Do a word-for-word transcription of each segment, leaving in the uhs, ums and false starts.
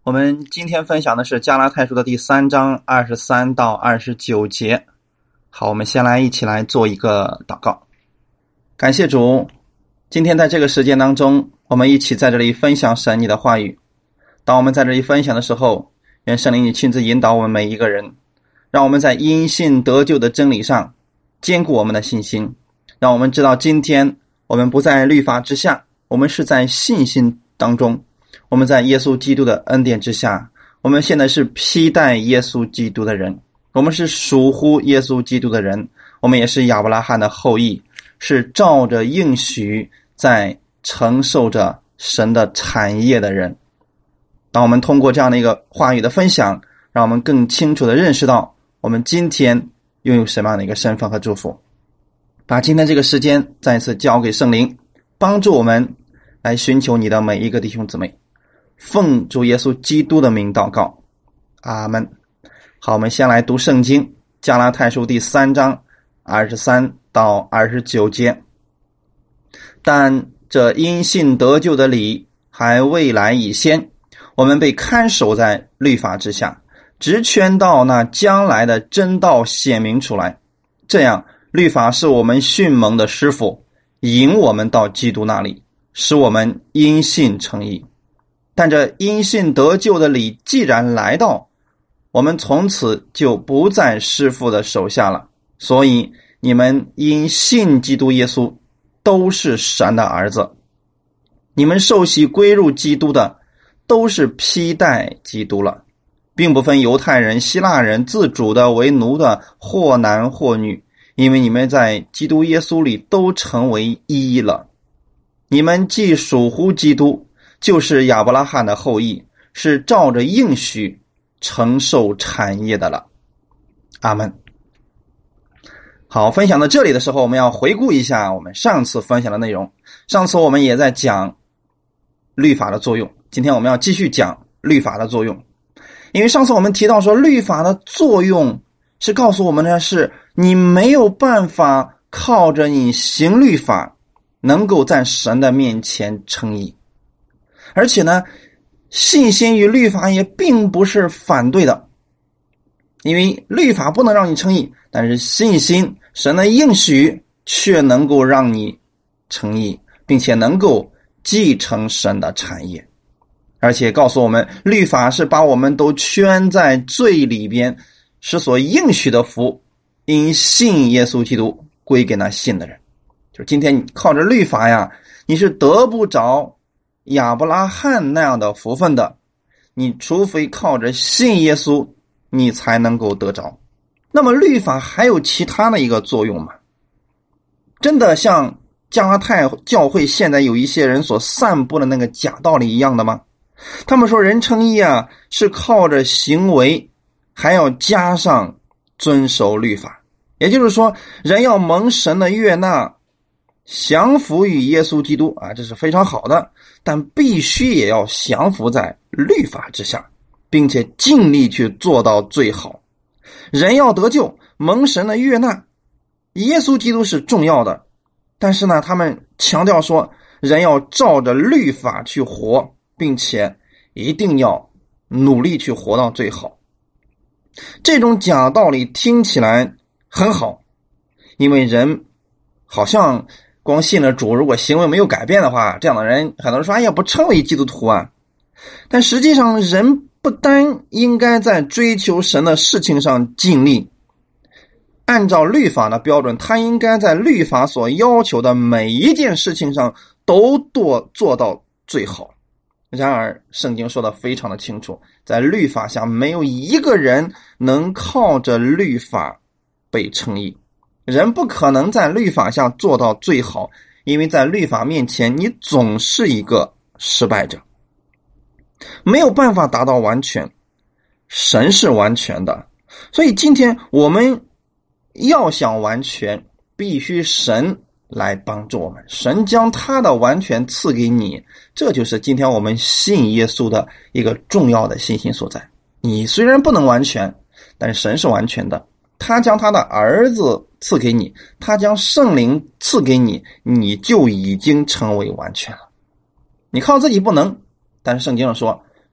我们今天分享的是加拉太书的第三章二十三到二十九节。好，我们先来一起来做一个祷告。感谢主，今天在这个时间当中，我们一起在这里分享神你的话语。当我们在这里分享的时候，愿圣灵你亲自引导我们每一个人，让我们在因信得救的真理上坚固我们的信心，让我们知道今天我们不在律法之下，我们是在信心当中，我们在耶稣基督的恩典之下，我们现在是披戴耶稣基督的人，我们是属乎耶稣基督的人，我们也是亚伯拉罕的后裔，是照着应许在承受着神的产业的人。当我们通过这样的一个话语的分享，让我们更清楚地认识到我们今天拥有什么样的一个身份和祝福。把今天这个时间再一次交给圣灵，帮助我们来寻求你的每一个弟兄姊妹。奉主耶稣基督的名祷告，阿们。好，我们先来读圣经，加拉太书第三章二十三到二十九节。但这因信得救的理还未来以先，我们被看守在律法之下，直圈到那将来的真道显明出来。这样，律法是我们训蒙的师傅，引我们到基督那里，使我们因信称义。但这因信得救的理既然来到，我们从此就不在师傅的手下了。所以你们因信基督耶稣都是神的儿子，你们受洗归入基督的都是披戴基督了，并不分犹太人希腊人，自主的为奴的，或男或女，因为你们在基督耶稣里都成为一了。你们既属乎基督，就是亚伯拉罕的后裔，是照着应许承受产业的了。阿们。好，分享到这里的时候，我们要回顾一下我们上次分享的内容。上次我们也在讲律法的作用，今天我们要继续讲律法的作用。因为上次我们提到说，律法的作用是告诉我们的是，你没有办法靠着你行律法能够在神的面前称义。而且呢，信心与律法也并不是反对的，因为律法不能让你称义，但是信心神的应许却能够让你称义，并且能够继承神的产业。而且告诉我们，律法是把我们都圈在罪里边，使所应许的福因信耶稣基督归给那信的人。就是今天你靠着律法呀，你是得不着亚伯拉罕那样的福分的，你除非靠着信耶稣，你才能够得着。那么律法还有其他的一个作用吗？真的像加拉太教会现在有一些人所散布的那个假道理一样的吗？他们说人称义啊，是靠着行为，还要加上遵守律法。也就是说，人要蒙神的悦纳，降服于耶稣基督啊，这是非常好的，但必须也要降服在律法之下，并且尽力去做到最好。人要得救，蒙神的悦纳，耶稣基督是重要的，但是呢，他们强调说，人要照着律法去活，并且一定要努力去活到最好。这种假道理听起来很好，因为人好像光信了主，如果行为没有改变的话，这样的人很多人说，哎呀，不成为基督徒啊。但实际上，人不单应该在追求神的事情上尽力，按照律法的标准，他应该在律法所要求的每一件事情上都做做到最好。然而圣经说的非常的清楚，在律法下没有一个人能靠着律法被称义。人不可能在律法下做到最好，因为在律法面前你总是一个失败者，没有办法达到完全。神是完全的，所以今天我们要想完全，必须神来帮助我们，神将他的完全赐给你，这就是今天我们信耶稣的一个重要的信心所在。你虽然不能完全，但是神是完全的，他将他的儿子赐给你，他将圣灵赐给你，你就已经成为完全了。你靠自己不能，但是圣经上说，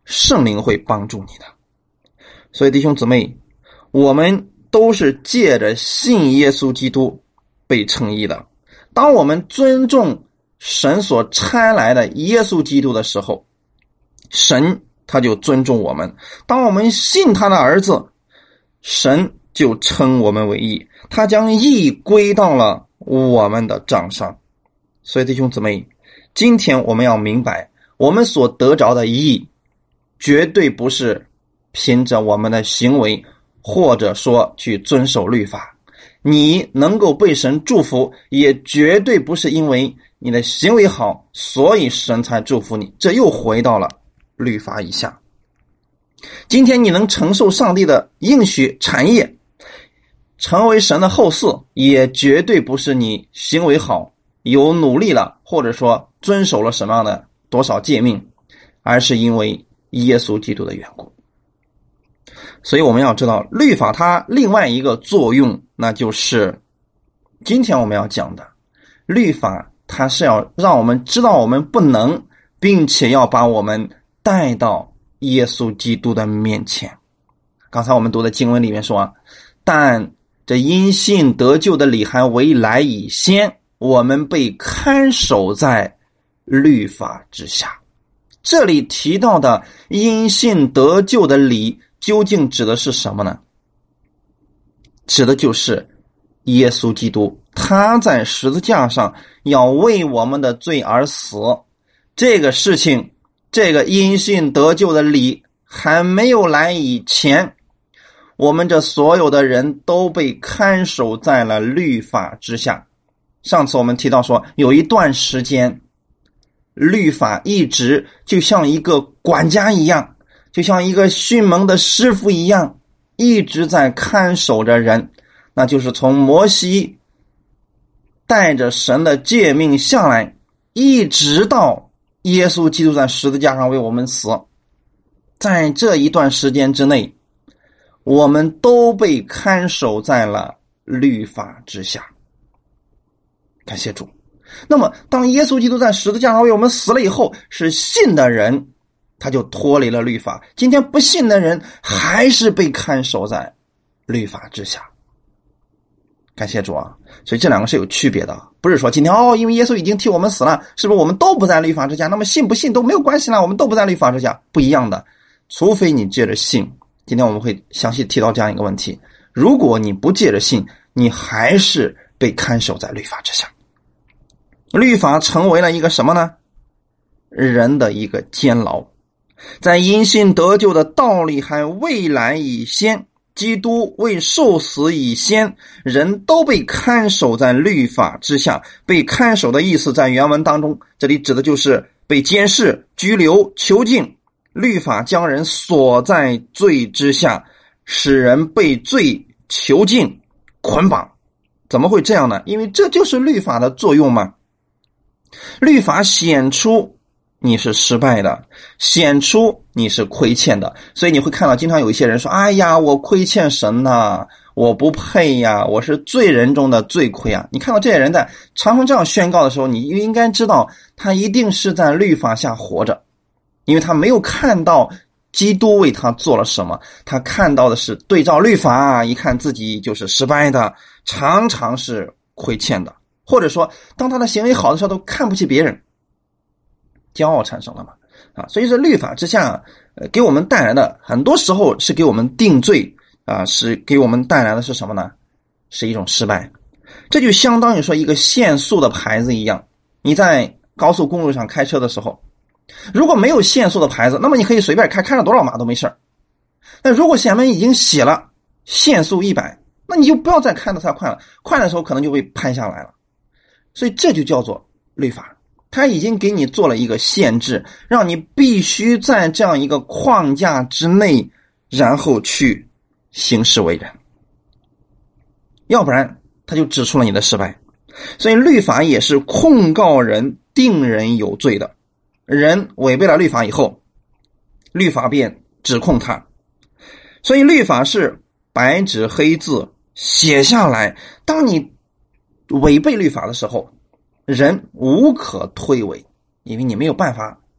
圣灵会帮助你的。所以弟兄姊妹，我们都是借着信耶稣基督被称义的。当我们尊重神所差来的耶稣基督的时候，神他就尊重我们。当我们信他的儿子，神就称我们为义，他将义归到了我们的账上。所以弟兄姊妹，今天我们要明白，我们所得着的义绝对不是凭着我们的行为，或者说去遵守律法。你能够被神祝福，也绝对不是因为你的行为好，所以神才祝福你，这又回到了律法以下。今天你能承受上帝的应许产业，成为神的后嗣，也绝对不是你行为好，有努力了，或者说遵守了什么样的多少诫命，而是因为耶稣基督的缘故。所以我们要知道，律法它另外一个作用，那就是今天我们要讲的，律法它是要让我们知道我们不能，并且要把我们带到耶稣基督的面前。刚才我们读的经文里面说，但这因信得救的理还未来以先，我们被看守在律法之下。这里提到的因信得救的理究竟指的是什么呢？指的就是耶稣基督，他在十字架上要为我们的罪而死。这个事情，这个因信得救的理还没有来以前，我们这所有的人都被看守在了律法之下。上次我们提到说，有一段时间律法一直就像一个管家一样，就像一个训蒙的师傅一样，一直在看守着人。那就是从摩西带着神的诫命下来，一直到耶稣基督在十字架上为我们死。在这一段时间之内，我们都被看守在了律法之下。感谢主。那么当耶稣基督在十字架上为我们死了以后，是信的人他就脱离了律法，今天不信的人还是被看守在律法之下。感谢主啊！所以这两个是有区别的，不是说今天哦，因为耶稣已经替我们死了，是不是我们都不在律法之下，那么信不信都没有关系了，我们都不在律法之下。不一样的，除非你借着信。今天我们会详细提到这样一个问题，如果你不借着信，你还是被看守在律法之下。律法成为了一个什么呢？人的一个监牢。在因信得救的道理还未来以先，基督未受死以先，人都被看守在律法之下。被看守的意思在原文当中，这里指的就是被监视、拘留、囚禁。律法将人锁在罪之下，使人被罪囚禁、捆绑。怎么会这样呢？因为这就是律法的作用嘛。律法显出你是失败的，显出你是亏欠的。所以你会看到经常有一些人说，哎呀，我亏欠神呐，我不配呀，我是罪人中的罪魁啊。你看到这些人在常常这样宣告的时候，你应该知道他一定是在律法下活着，因为他没有看到基督为他做了什么，他看到的是对照律法，一看自己就是失败的，常常是亏欠的，或者说当他的行为好的时候都看不起别人，骄傲产生了嘛啊，所以说律法之下，呃，给我们带来的很多时候是给我们定罪啊，是给我们带来的是什么呢？是一种失败。这就相当于说一个限速的牌子一样，你在高速公路上开车的时候，如果没有限速的牌子，那么你可以随便开，开了多少码都没事。但如果前面已经写了限速一百，那你就不要再开得太快了，快的时候可能就被拍下来了。所以这就叫做律法，它已经给你做了一个限制，让你必须在这样一个框架之内，然后去行事为人，要不然它就指出了你的失败。所以律法也是控告人、定人有罪的。人违背了律法以后，律法便指控他。所以律法是白纸黑字写下来，当你违背律法的时候，人无可推诿，因为你没有办法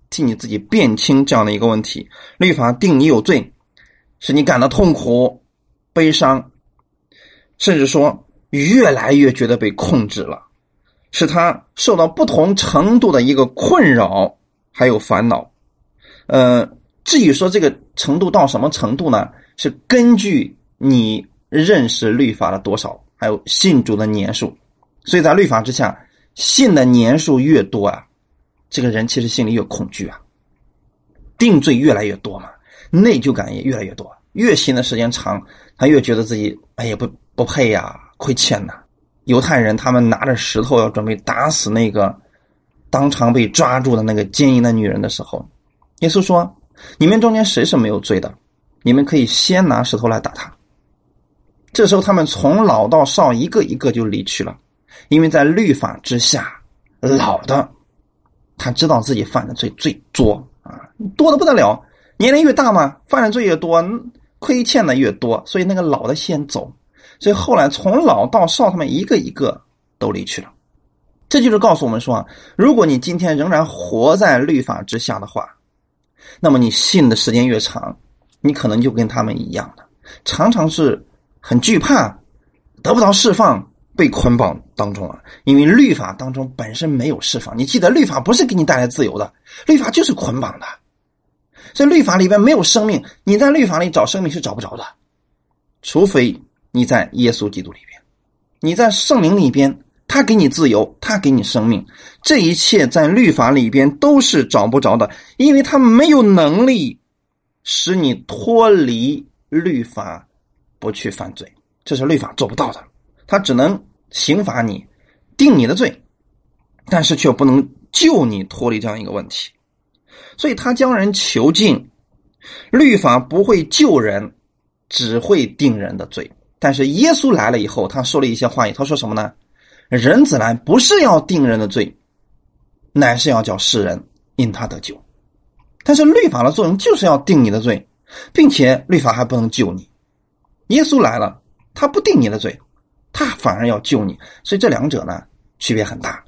替你自己辨清这样的一个问题。律法定你有罪，使你感到痛苦、悲伤，甚至说越来越觉得被控制了，使他受到不同程度的一个困扰还有烦恼。呃，至于说这个程度到什么程度呢，是根据你认识律法的多少，还有信主的年数。所以在律法之下，信的年数越多啊，这个人其实心里越恐惧啊，定罪越来越多嘛，内疚感也越来越多，越信的时间长，他越觉得自己哎呀不不配呀、啊，亏欠呐、啊。犹太人他们拿着石头要准备打死那个当场被抓住的那个奸淫的女人的时候，耶稣说，你们中间谁是没有罪的，你们可以先拿石头来打他。这时候他们从老到少一个一个就离去了，因为在律法之下，老的他知道自己犯的罪最多啊，多的不得了，年龄越大嘛，犯的罪越多，亏欠的越多，所以那个老的先走。所以后来从老到少，他们一个一个都离去了。这就是告诉我们说，如果你今天仍然活在律法之下的话，那么你信的时间越长，你可能就跟他们一样的，常常是很惧怕得不到释放，被捆绑当中啊。因为律法当中本身没有释放，你记得律法不是给你带来自由的，律法就是捆绑的。所以律法里边没有生命，你在律法里找生命是找不着的，除非你在耶稣基督里边，你在圣灵里边，他给你自由，他给你生命，这一切在律法里边都是找不着的，因为他没有能力使你脱离律法不去犯罪，这是律法做不到的。他只能刑罚你，定你的罪，但是却不能救你脱离这样一个问题。所以他将人囚禁，律法不会救人，只会定人的罪。但是耶稣来了以后，他说了一些话语，他说什么呢？人子来不是要定人的罪，乃是要叫世人因他得救。但是律法的作用就是要定你的罪，并且律法还不能救你。耶稣来了，他不定你的罪，他反而要救你。所以这两者呢，区别很大。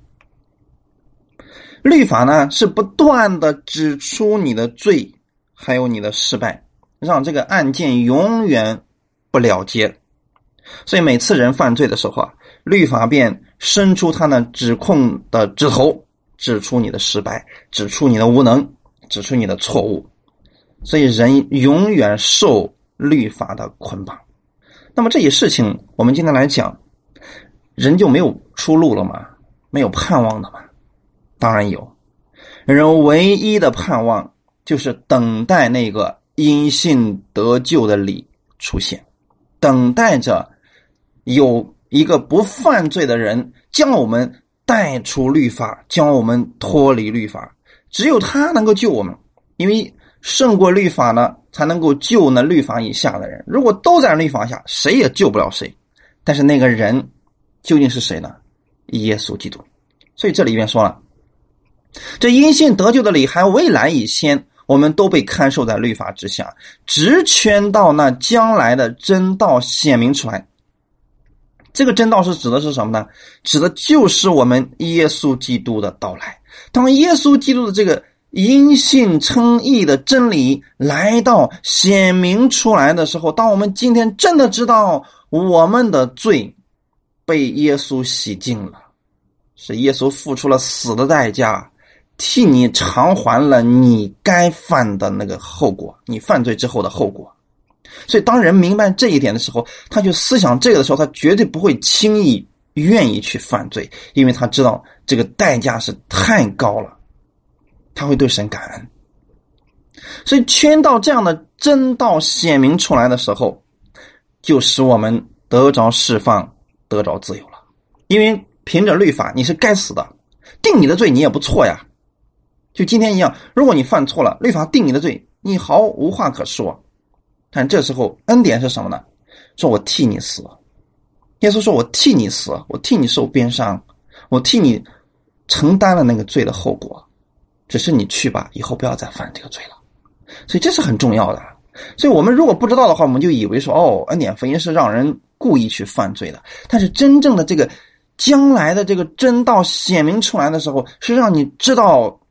律法呢，是不断的指出你的罪，还有你的失败，让这个案件永远不了结。所以每次人犯罪的时候啊，律法便伸出他那指控的指头，指出你的失败，指出你的无能，指出你的错误。所以人永远受律法的捆绑。那么这些事情我们今天来讲，人就没有出路了吗？没有盼望的吗？当然有。人唯一的盼望就是等待那个因信得救的理出现，等待着有一个不犯罪的人将我们带出律法，将我们脱离律法。只有他能够救我们，因为胜过律法呢，才能够救那律法以下的人。如果都在律法下，谁也救不了谁。但是那个人究竟是谁呢？耶稣基督。所以这里面说了，这因信得救的理还未来以先，我们都被看守在律法之下，直圈到那将来的真道显明出来。这个真道是指的是什么呢？指的就是我们耶稣基督的到来。当耶稣基督的这个因信称义的真理来到显明出来的时候，当我们今天真的知道我们的罪被耶稣洗净了，是耶稣付出了死的代价，替你偿还了你该犯的那个后果，你犯罪之后的后果。所以当人明白这一点的时候，他就思想这个的时候，他绝对不会轻易愿意去犯罪，因为他知道这个代价是太高了，他会对神感恩。所以圈到这样的真道显明出来的时候，就使我们得着释放，得着自由了。因为凭着律法你是该死的，定你的罪你也不错呀。就今天一样，如果你犯错了，律法定你的罪，你毫无话可说。但这时候恩典是什么呢？说我替你死，耶稣说我替你死，我替你受鞭伤，我替你承担了那个罪的后果，只是你去吧，以后不要再犯这个罪了。所以这是很重要的。所以我们如果不知道的话，我们就以为说哦，恩典福音是让人故意去犯罪的。但是真正的这个将来的这个真道显明出来的时候，是让你知道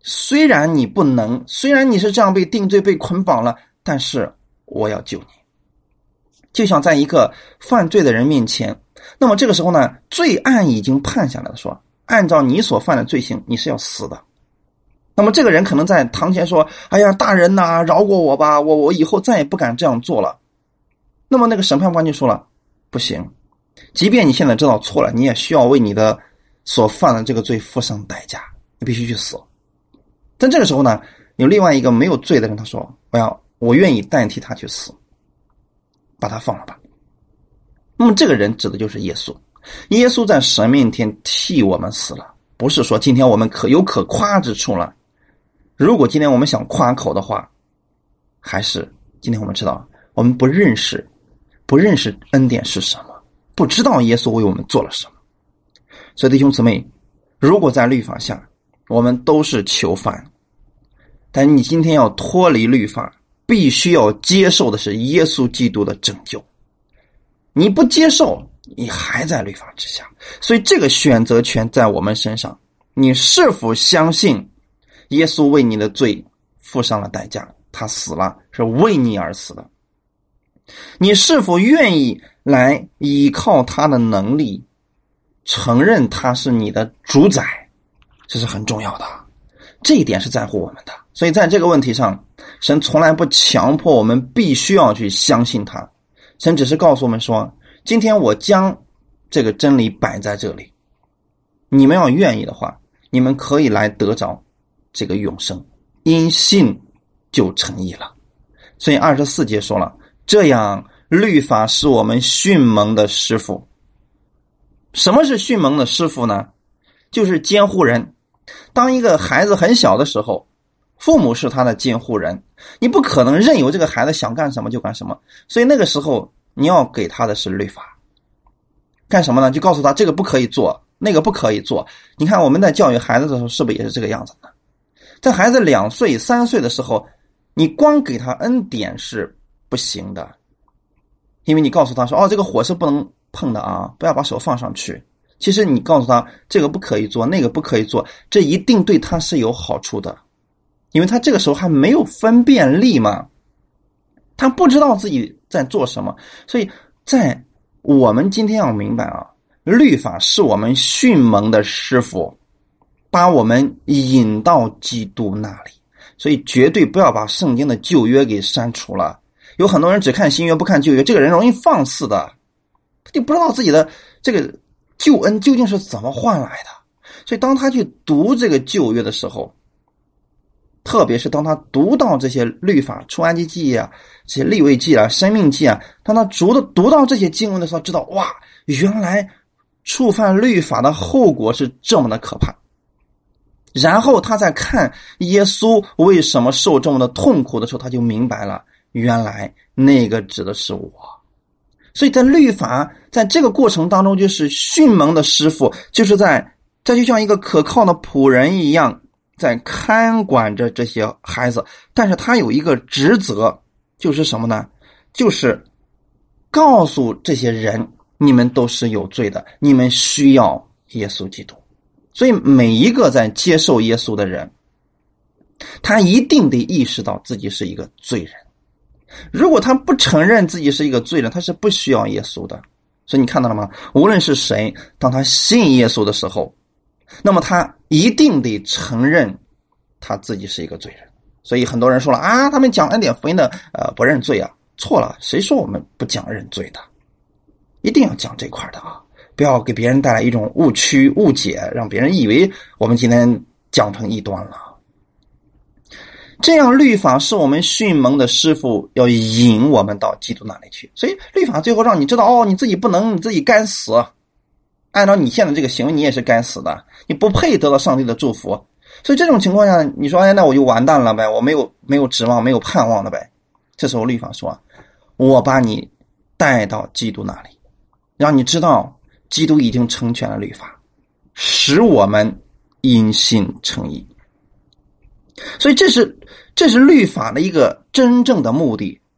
虽然你不能，虽然你是这样被定罪被捆绑了，但是我要救你。就像在一个犯罪的人面前，那么这个时候呢，罪案已经判下来了，说按照你所犯的罪行，你是要死的。那么这个人可能在堂前说，哎呀，大人呐、啊，饶过我吧，我我以后再也不敢这样做了。那么那个审判官就说了，不行，即便你现在知道错了，你也需要为你的所犯的这个罪付上代价，你必须去死。但这个时候呢，有另外一个没有罪的人，他说，我要我愿意代替他去死，把他放了吧。那么这个人指的就是耶稣，耶稣在神面前替我们死了，不是说今天我们可有可夸之处了。如果今天我们想夸口的话，还是今天我们知道我们不认识不认识恩典是什么，不知道耶稣为我们做了什么。所以弟兄姊妹，如果在律法下我们都是囚犯，但你今天要脱离律法，必须要接受的是耶稣基督的拯救。你不接受，你还在律法之下。所以这个选择权在我们身上，你是否相信耶稣为你的罪付上了代价，他死了，是为你而死的。你是否愿意来依靠他的能力，承认他是你的主宰，这是很重要的，这一点是在乎我们的。所以在这个问题上，神从来不强迫我们必须要去相信他，神只是告诉我们说，今天我将这个真理摆在这里，你们要愿意的话，你们可以来得着这个永生，因信就成义了。所以二十四节说了，这样律法是我们训蒙的师傅。什么是训蒙的师傅呢？就是监护人。当一个孩子很小的时候，父母是他的监护人，你不可能任由这个孩子想干什么就干什么，所以那个时候你要给他的是律法。干什么呢？就告诉他这个不可以做，那个不可以做。你看我们在教育孩子的时候是不是也是这个样子呢？在孩子两岁三岁的时候，你光给他恩典是不行的，因为你告诉他说，哦，这个火是不能碰的啊，不要把手放上去。其实你告诉他这个不可以做，那个不可以做，这一定对他是有好处的，因为他这个时候还没有分辨力嘛，他不知道自己在做什么。所以在我们今天要明白啊，律法是我们训蒙的师傅，把我们引到基督那里。所以绝对不要把圣经的旧约给删除了。有很多人只看新约不看旧约，这个人容易放肆的，他就不知道自己的这个救恩究竟是怎么换来的。所以当他去读这个旧约的时候，特别是当他读到这些律法，出埃及记啊，这些利未记啊，申命记啊，当他读的读到这些经文的时候，知道哇，原来触犯律法的后果是这么的可怕。然后他在看耶稣为什么受这么的痛苦的时候，他就明白了，原来那个指的是我。所以在律法在这个过程当中，就是训蒙的师傅，就是在这就像一个可靠的仆人一样，在看管着这些孩子。但是他有一个职责，就是什么呢？就是告诉这些人，你们都是有罪的，你们需要耶稣基督。所以每一个在接受耶稣的人，他一定得意识到自己是一个罪人。如果他不承认自己是一个罪人，他是不需要耶稣的。所以你看到了吗？无论是谁，当他信耶稣的时候，那么他一定得承认他自己是一个罪人。所以很多人说了啊，他们讲恩典福音的呃不认罪啊，错了，谁说我们不讲认罪的？一定要讲这块的啊，不要给别人带来一种误区误解，让别人以为我们今天讲成异端了。这样律法是我们训蒙的师傅，要引我们到基督那里去。所以律法最后让你知道，哦，你自己不能，你自己该死，按照你现在这个行为，你也是该死的，你不配得到上帝的祝福。所以这种情况下，你说哎，那我就完蛋了呗，我没有没有指望，没有盼望了呗。这时候律法说，我把你带到基督那里，让你知道基督已经成全了律法，使我们因信称义。所以这是这是律法的一个真正的目的，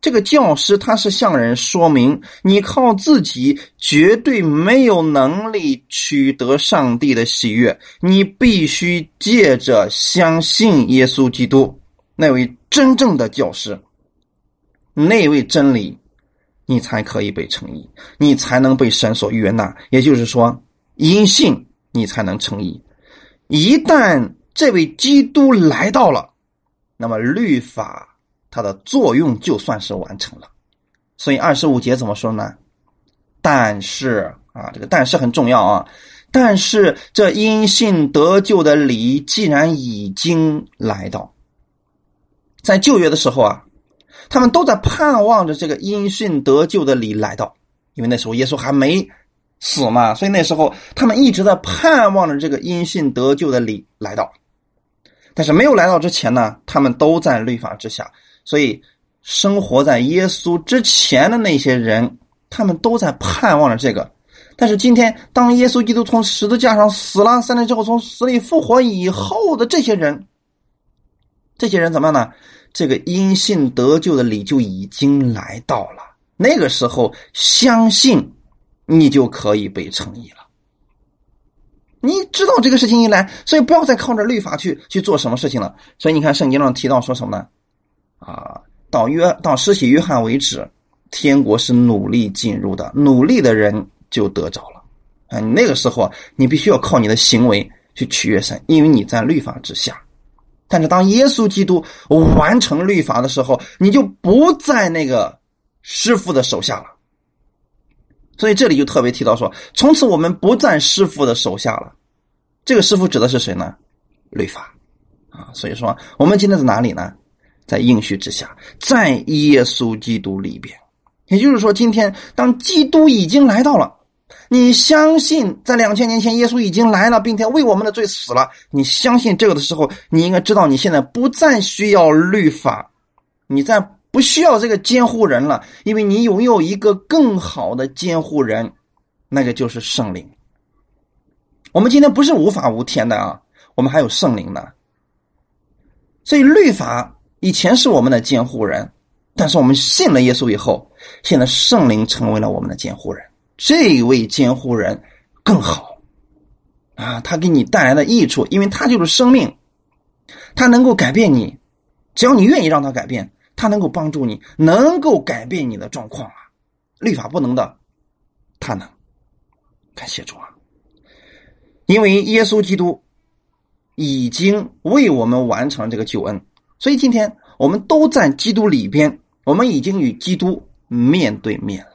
这个教师他是向人说明，你靠自己绝对没有能力取得上帝的喜悦，你必须借着相信耶稣基督那位真正的教师，那位真理，你才可以被称义，你才能被神所悦纳。也就是说，因信你才能称义。一旦这位基督来到了，那么律法它的作用就算是完成了。所以二十五节怎么说呢？但是啊，这个但是很重要啊。但是这因信得救的理既然已经来到，在旧约的时候啊，他们都在盼望着这个因信得救的理来到，因为那时候耶稣还没死嘛，所以那时候他们一直在盼望着这个因信得救的理来到。但是没有来到之前呢，他们都在律法之下，所以生活在耶稣之前的那些人，他们都在盼望着这个。但是今天当耶稣基督从十字架上死了，三天之后从死里复活以后的这些人，这些人怎么样呢？这个因信得救的理就已经来到了，那个时候相信你就可以被称义了。你知道这个事情一来，所以不要再靠着律法去去做什么事情了。所以你看圣经上提到说什么呢？啊，到约到施洗约翰为止，天国是努力进入的，努力的人就得着了。啊，你那个时候你必须要靠你的行为去取悦神，因为你在律法之下。但是当耶稣基督完成律法的时候，你就不在那个师傅的手下了。所以这里就特别提到说，从此我们不在师傅的手下了。这个师傅指的是谁呢？律法啊。所以说我们今天在哪里呢？在应许之下，在耶稣基督里边。也就是说，今天当基督已经来到了，你相信在两千年前耶稣已经来了，并且为我们的罪死了，你相信这个的时候，你应该知道你现在不再需要律法，你在不需要这个监护人了，因为你拥有一个更好的监护人，那个就是圣灵。我们今天不是无法无天的啊，我们还有圣灵呢。所以律法以前是我们的监护人，但是我们信了耶稣以后，现在圣灵成为了我们的监护人。这位监护人更好啊，他给你带来的益处，因为他就是生命，他能够改变你，只要你愿意让他改变，他能够帮助你，能够改变你的状况啊。律法不能的，他能。感谢主啊！因为耶稣基督已经为我们完成这个救恩，所以今天我们都在基督里边，我们已经与基督面对面了。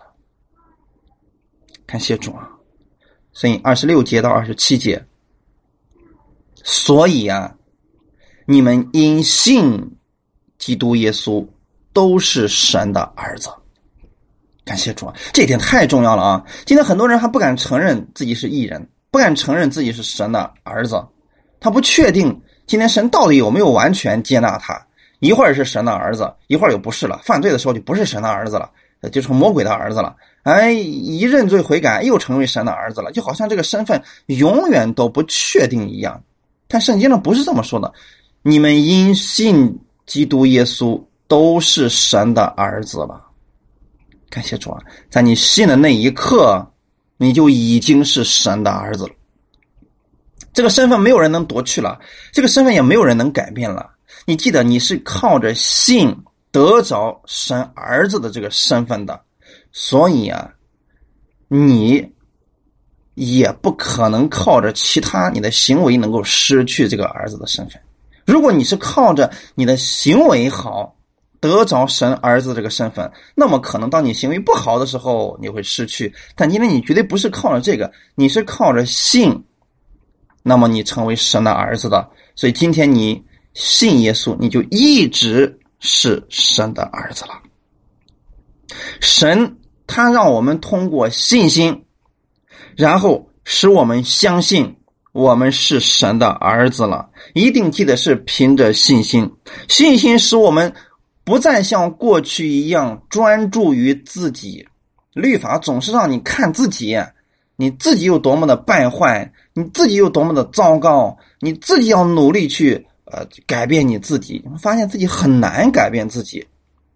感谢主啊！所以二十六节到二十七节，所以啊，你们因信基督耶稣都是神的儿子。感谢主啊，这一点太重要了啊！今天很多人还不敢承认自己是义人，不敢承认自己是神的儿子，他不确定今天神到底有没有完全接纳他，一会儿是神的儿子，一会儿又不是了，犯罪的时候就不是神的儿子了，就成魔鬼的儿子了，哎，一认罪悔改又成为神的儿子了，就好像这个身份永远都不确定一样。但圣经上不是这么说的，你们因信基督耶稣都是神的儿子了。感谢主啊，在你信的那一刻，你就已经是神的儿子了。这个身份没有人能夺去了，这个身份也没有人能改变了。你记得，你是靠着信得着神儿子的这个身份的，所以啊，你也不可能靠着其他你的行为能够失去这个儿子的身份。如果你是靠着你的行为好得着神儿子这个身份，那么可能当你行为不好的时候你会失去，但今天你绝对不是靠着这个，你是靠着信，那么你成为神的儿子的。所以今天你信耶稣，你就一直是神的儿子了。神他让我们通过信心，然后使我们相信我们是神的儿子了。一定记得是凭着信心，信心使我们不再像过去一样专注于自己。律法总是让你看自己，你自己有多么的败坏，你自己有多么的糟糕，你自己要努力去呃改变你自己，发现自己很难改变自己。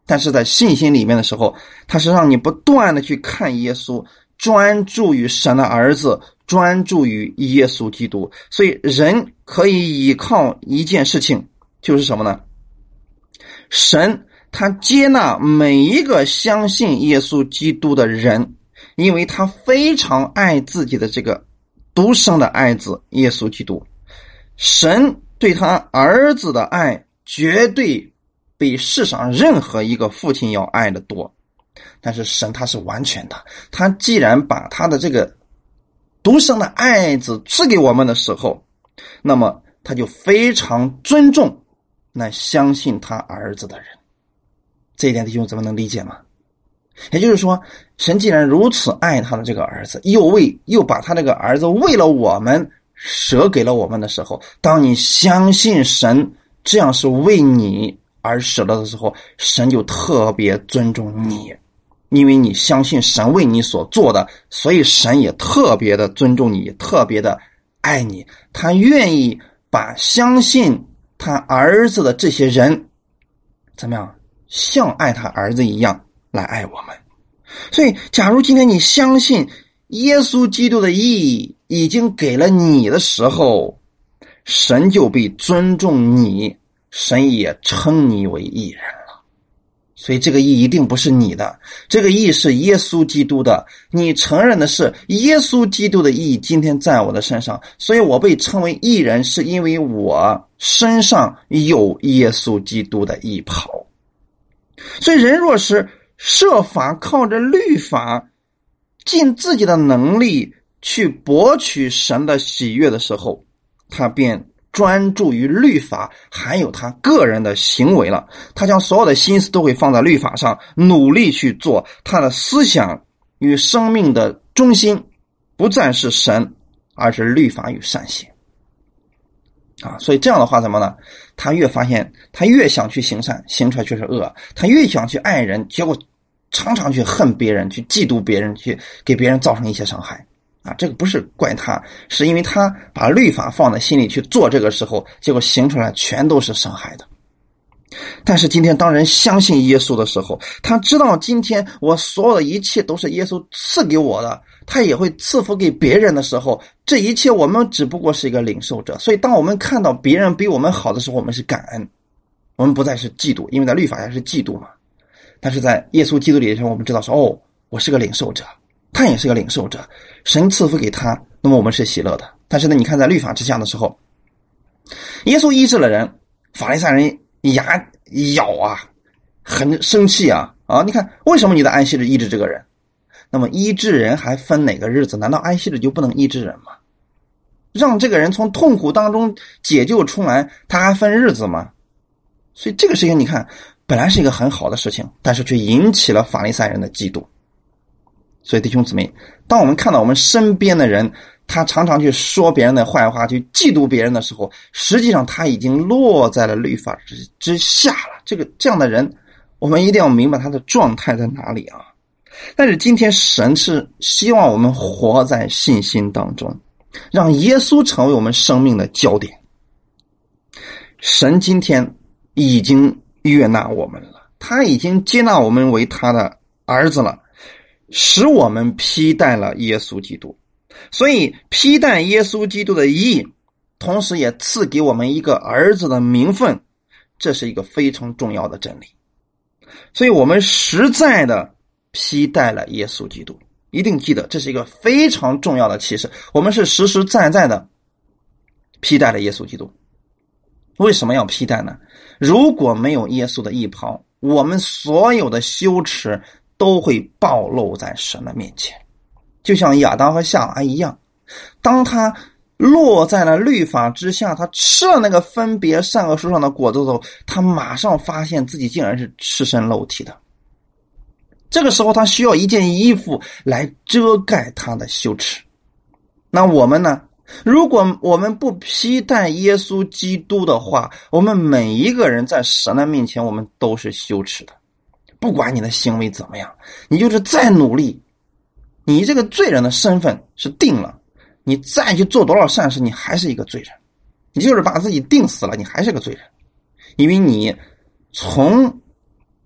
但是在信心里面的时候，它是让你不断的去看耶稣，专注于神的儿子，专注于耶稣基督。所以人可以依靠一件事情，就是什么呢？神他接纳每一个相信耶稣基督的人，因为他非常爱自己的这个独生的爱子耶稣基督。神对他儿子的爱绝对比世上任何一个父亲要爱的多。但是神他是完全的，他既然把他的这个独生的爱子赐给我们的时候，那么他就非常尊重那相信他儿子的人。这一点弟兄怎么能理解吗？也就是说，神既然如此爱他的这个儿子，又为又把他这个儿子为了我们舍给了我们的时候，当你相信神这样是为你而舍了的时候，神就特别尊重你，因为你相信神为你所做的，所以神也特别的尊重你，特别的爱你。他愿意把相信他儿子的这些人怎么样，像爱他儿子一样来爱我们。所以假如今天你相信耶稣基督的义已经给了你的时候，神就必尊重你，神也称你为义人了。所以这个义一定不是你的，这个义是耶稣基督的。你承认的是耶稣基督的义今天在我的身上，所以我被称为义人，是因为我身上有耶稣基督的义袍。所以人若是设法靠着律法尽自己的能力去博取神的喜悦的时候，他便专注于律法还有他个人的行为了。他将所有的心思都会放在律法上，努力去做。他的思想与生命的中心不再是神，而是律法与善行啊。所以这样的话怎么呢？他越发现他越想去行善，行出来却是恶；他越想去爱人，结果常常去恨别人，去嫉妒别人，去给别人造成一些伤害啊。这个不是怪他，是因为他把律法放在心里去做，这个时候结果行出来全都是伤害的。但是今天当人相信耶稣的时候，他知道今天我所有的一切都是耶稣赐给我的，他也会赐福给别人的时候，这一切我们只不过是一个领受者。所以当我们看到别人比我们好的时候，我们是感恩，我们不再是嫉妒，因为在律法下是嫉妒嘛。但是在耶稣基督里的时候，我们知道说，哦，我是个领受者，他也是个领受者，神赐福给他，那么我们是喜乐的。但是呢，你看在律法之下的时候，耶稣医治了人，法利赛人牙咬啊，很生气啊啊！你看为什么你的安息日医治这个人？那么医治人还分哪个日子？难道安息日就不能医治人吗？让这个人从痛苦当中解救出来，他还分日子吗？所以这个事情你看本来是一个很好的事情，但是却引起了法利赛人的嫉妒。所以弟兄姊妹，当我们看到我们身边的人他常常去说别人的坏话，去嫉妒别人的时候，实际上他已经落在了律法之之下了。这个这样的人，我们一定要明白他的状态在哪里啊。但是今天神是希望我们活在信心当中，让耶稣成为我们生命的焦点。神今天已经悦纳我们了，他已经接纳我们为他的儿子了，使我们披戴了耶稣基督。所以披戴耶稣基督的义，同时也赐给我们一个儿子的名分，这是一个非常重要的真理。所以我们实在的披戴了耶稣基督，一定记得这是一个非常重要的启示。我们是实实在在的披戴了耶稣基督。为什么要披戴呢？如果没有耶稣的义袍，我们所有的羞耻都会暴露在神的面前，就像亚当和夏娃一样，当他落在了律法之下，他吃了那个分别善恶树上的果子的时候，他马上发现自己竟然是赤身露体的。这个时候他需要一件衣服来遮盖他的羞耻。那我们呢？如果我们不披戴耶稣基督的话，我们每一个人在神的面前，我们都是羞耻的。不管你的行为怎么样，你就是再努力，你这个罪人的身份是定了，你再去做多少善事，你还是一个罪人。你就是把自己定死了，你还是个罪人。因为你从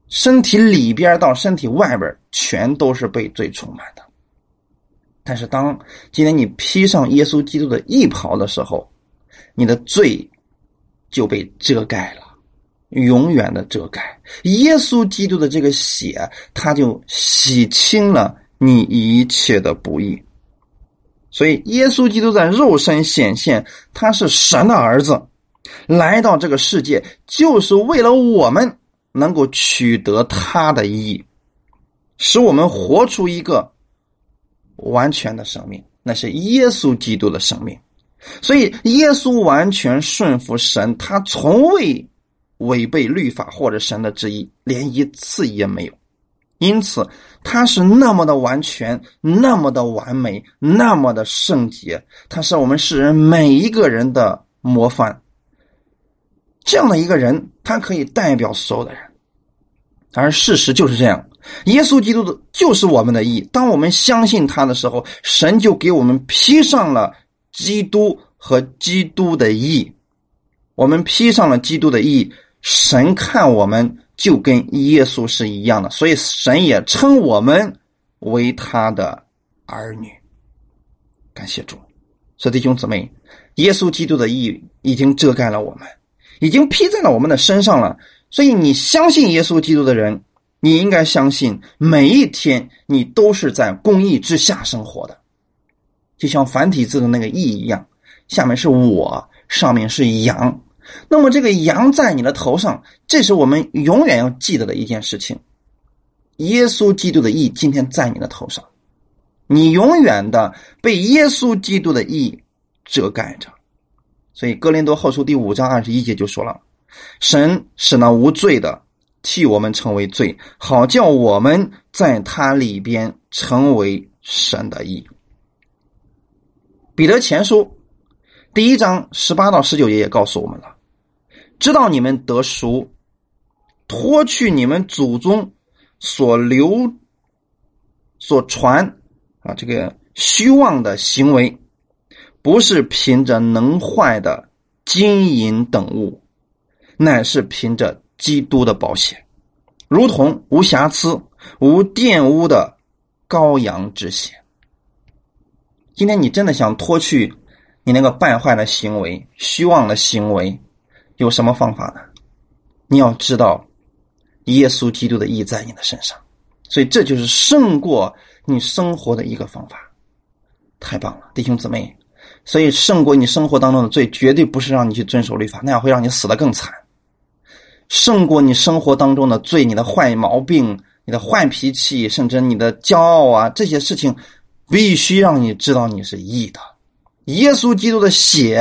身体里边到身体外边全都是被罪充满的。但是当今天你披上耶稣基督的义袍的时候，你的罪就被遮盖了，永远的遮盖。耶稣基督的这个血，他就洗清了你一切的不义。所以耶稣基督在肉身显现，他是神的儿子，来到这个世界就是为了我们能够取得他的义，使我们活出一个完全的生命，那是耶稣基督的生命。所以耶稣完全顺服神，他从未违背律法或者神的旨意，连一次也没有。因此他是那么的完全，那么的完美，那么的圣洁，他是我们世人每一个人的模范。这样的一个人，他可以代表所有的人。而事实就是这样，耶稣基督的就是我们的义。当我们相信他的时候，神就给我们披上了基督和基督的义。我们披上了基督的义，神看我们就跟耶稣是一样的，所以神也称我们为他的儿女。感谢主。所以弟兄姊妹，耶稣基督的义已经遮盖了我们，已经披在了我们的身上了。所以你相信耶稣基督的人，你应该相信每一天你都是在公义之下生活的。就像繁体字的那个义一样，下面是我，上面是羊。那么这个羊在你的头上，这是我们永远要记得的一件事情。耶稣基督的义今天在你的头上，你永远的被耶稣基督的义遮盖着。所以哥林多后书第五章二十一节就说了，神使那无罪的替我们成为罪，好叫我们在他里边成为神的义。彼得前书第一章十八到十九节也告诉我们了，知道你们得赎，脱去你们祖宗所流所传啊这个虚妄的行为，不是凭着能坏的金银等物，乃是凭着基督的宝血，如同无瑕疵无玷污的羔羊之血。今天你真的想脱去你那个败坏的行为，虚妄的行为，有什么方法呢？你要知道耶稣基督的义在你的身上，所以这就是胜过你生活的一个方法。太棒了，弟兄姊妹。所以胜过你生活当中的罪，绝对不是让你去遵守律法，那样会让你死得更惨。胜过你生活当中的罪，你的坏毛病，你的坏脾气，甚至你的骄傲啊，这些事情必须让你知道你是义的。耶稣基督的血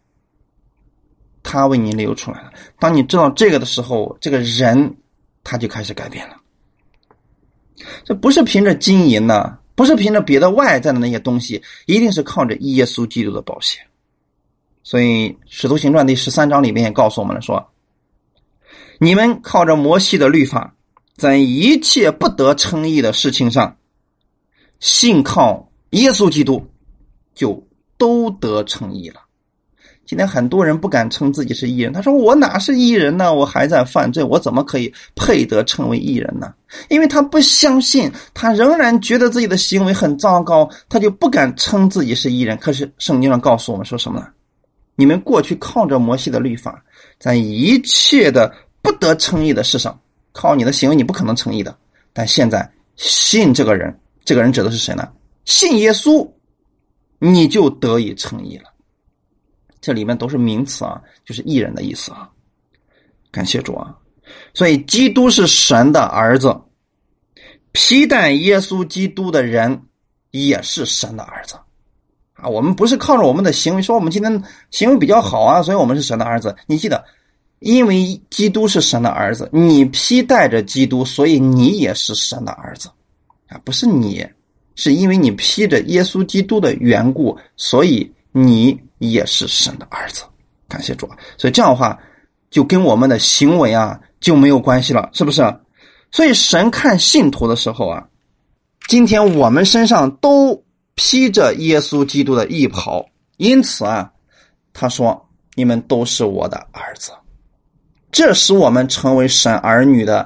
他为你流出来了，当你知道这个的时候，这个人他就开始改变了。这不是凭着金银呢，不是凭着别的外在的那些东西，一定是靠着耶稣基督的宝血。所以使徒行传第十三章里面也告诉我们了说，你们靠着摩西的律法，在一切不得称义的事情上信靠耶稣基督，就都得称义了。今天很多人不敢称自己是义人，他说我哪是义人呢？我还在犯罪，我怎么可以配得称为义人呢？因为他不相信，他仍然觉得自己的行为很糟糕，他就不敢称自己是义人。可是圣经上告诉我们说什么呢？你们过去靠着摩西的律法，在一切的不得称义的事上，靠你的行为你不可能称义的，但现在信这个人，这个人指的是谁呢？信耶稣，你就得以称义了。这里面都是名词啊，就是义人的意思啊。感谢主啊！所以基督是神的儿子，披戴耶稣基督的人也是神的儿子啊。我们不是靠着我们的行为说我们今天行为比较好啊，所以我们是神的儿子。你记得，因为基督是神的儿子，你披戴着基督，所以你也是神的儿子啊。不是你，是因为你披着耶稣基督的缘故，所以你也是神的儿子。感谢主。所以这样的话就跟我们的行为啊就没有关系了，是不是？所以神看信徒的时候啊，今天我们身上都披着耶稣基督的义袍，因此啊他说你们都是我的儿子。这使我们成为神儿女的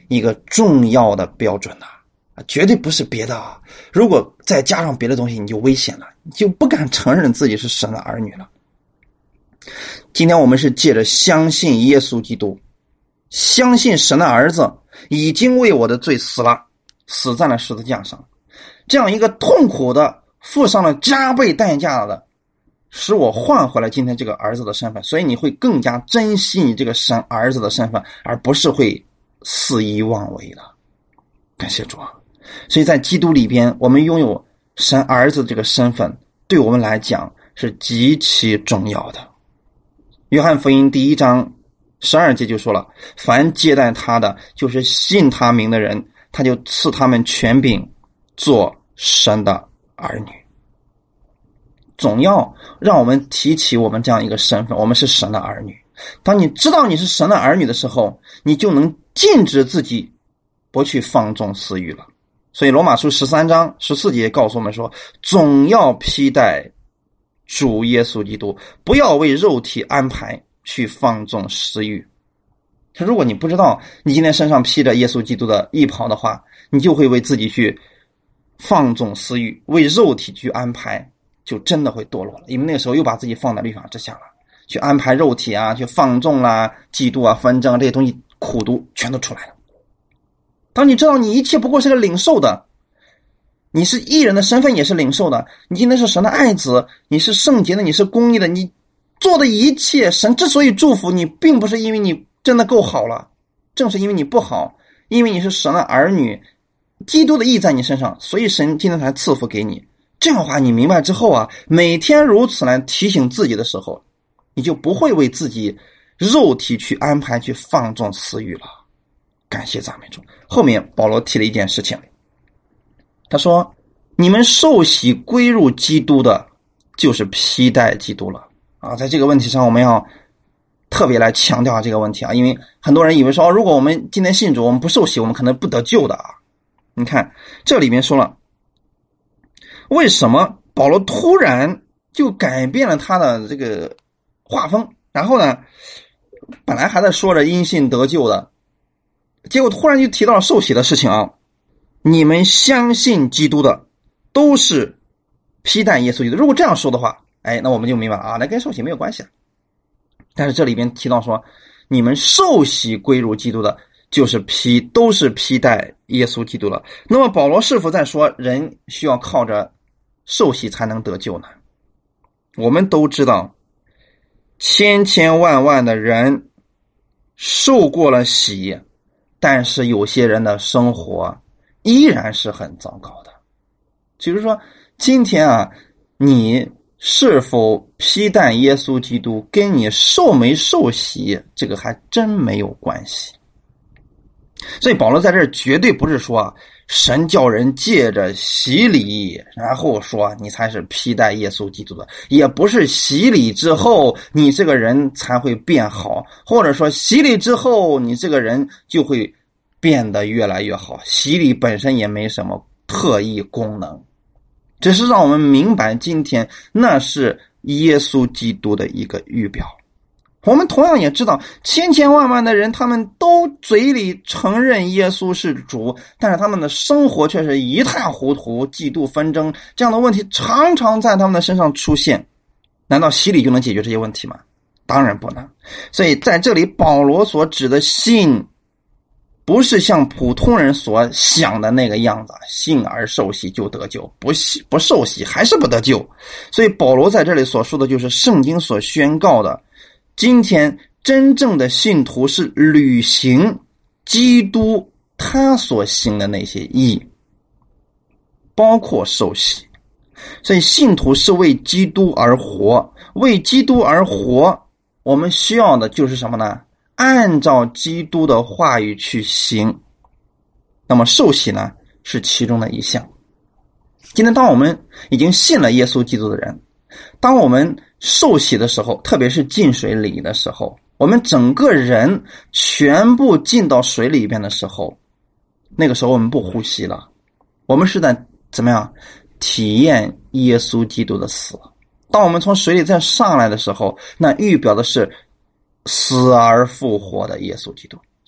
一个重要的标准呐、啊，绝对不是别的啊。如果再加上别的东西，你就危险了，你就不敢承认自己是神的儿女了。今天我们是借着相信耶稣基督，相信神的儿子已经为我的罪死了，死在了十字架上，这样一个痛苦的付上了加倍代价的，使我换回了今天这个儿子的身份，所以你会更加珍惜你这个神儿子的身份，而不是会肆意妄为的。感谢主啊！所以在基督里边，我们拥有神儿子这个身份，对我们来讲是极其重要的。约翰福音第一章十二节就说了，凡接待他的，就是信他名的人，他就赐他们权柄做神的儿女。总要让我们提起我们这样一个身份，我们是神的儿女。当你知道你是神的儿女的时候，你就能禁止自己不去放纵私欲了。所以罗马书十三章十四节告诉我们说，总要披戴主耶稣基督，不要为肉体安排去放纵私欲。如果你不知道你今天身上披着耶稣基督的衣袍的话，你就会为自己去放纵私欲，为肉体去安排，就真的会堕落了。因为那个时候又把自己放在律法之下了，去安排肉体啊，去放纵啦、嫉妒啊、纷争啊，这些东西苦毒全都出来了。当你知道你一切不过是个领受的，你是义人的身份也是领受的，你今天是神的爱子，你是圣洁的，你是公义的，你做的一切，神之所以祝福你，并不是因为你真的够好了，正是因为你不好，因为你是神的儿女，基督的义在你身上，所以神今天才赐福给你。这样的话你明白之后啊，每天如此来提醒自己的时候，你就不会为自己肉体去安排去放纵私欲了。感谢赞美主。后面保罗提了一件事情，他说你们受洗归入基督的，就是披戴基督了啊。在这个问题上我们要特别来强调这个问题啊，因为很多人以为说、哦、如果我们今天信主，我们不受洗，我们可能不得救的啊。你看这里面说了，为什么保罗突然就改变了他的这个画风，然后呢本来还在说着因信得救的，结果突然就提到了受洗的事情啊。你们相信基督的都是披戴耶稣基督，如果这样说的话，哎，那我们就明白了啊，那跟受洗没有关系。但是这里边提到说你们受洗归入基督的，就是披都是披戴耶稣基督了。那么保罗是否在说人需要靠着受洗才能得救呢？我们都知道千千万万的人受过了洗，但是有些人的生活依然是很糟糕的。比如说今天啊，你是否披戴耶稣基督跟你受没受洗这个还真没有关系。所以保罗在这儿绝对不是说神叫人借着洗礼然后说你才是披戴耶稣基督的，也不是洗礼之后你这个人才会变好，或者说洗礼之后你这个人就会变得越来越好。洗礼本身也没什么特异功能，只是让我们明白今天那是耶稣基督的一个预表。我们同样也知道千千万万的人他们都嘴里承认耶稣是主，但是他们的生活却是一塌糊涂，嫉妒纷争这样的问题常常在他们的身上出现。难道洗礼就能解决这些问题吗？当然不能。所以在这里保罗所指的信不是像普通人所想的那个样子，信而受洗就得救，不不受洗还是不得救。所以保罗在这里所说的就是圣经所宣告的，今天真正的信徒是履行基督他所行的那些义，包括受洗。所以信徒是为基督而活，为基督而活，我们需要的就是什么呢？按照基督的话语去行。那么受洗呢，是其中的一项。今天当我们已经信了耶稣基督的人，当我们受洗的时候，特别是进水里的时候，我们整个人全部进到水里边的时候，那个时候我们不呼吸了，我们是在怎么样体验耶稣基督的死。当我们从水里再上来的时候，那预表的是死而复活的耶稣基督。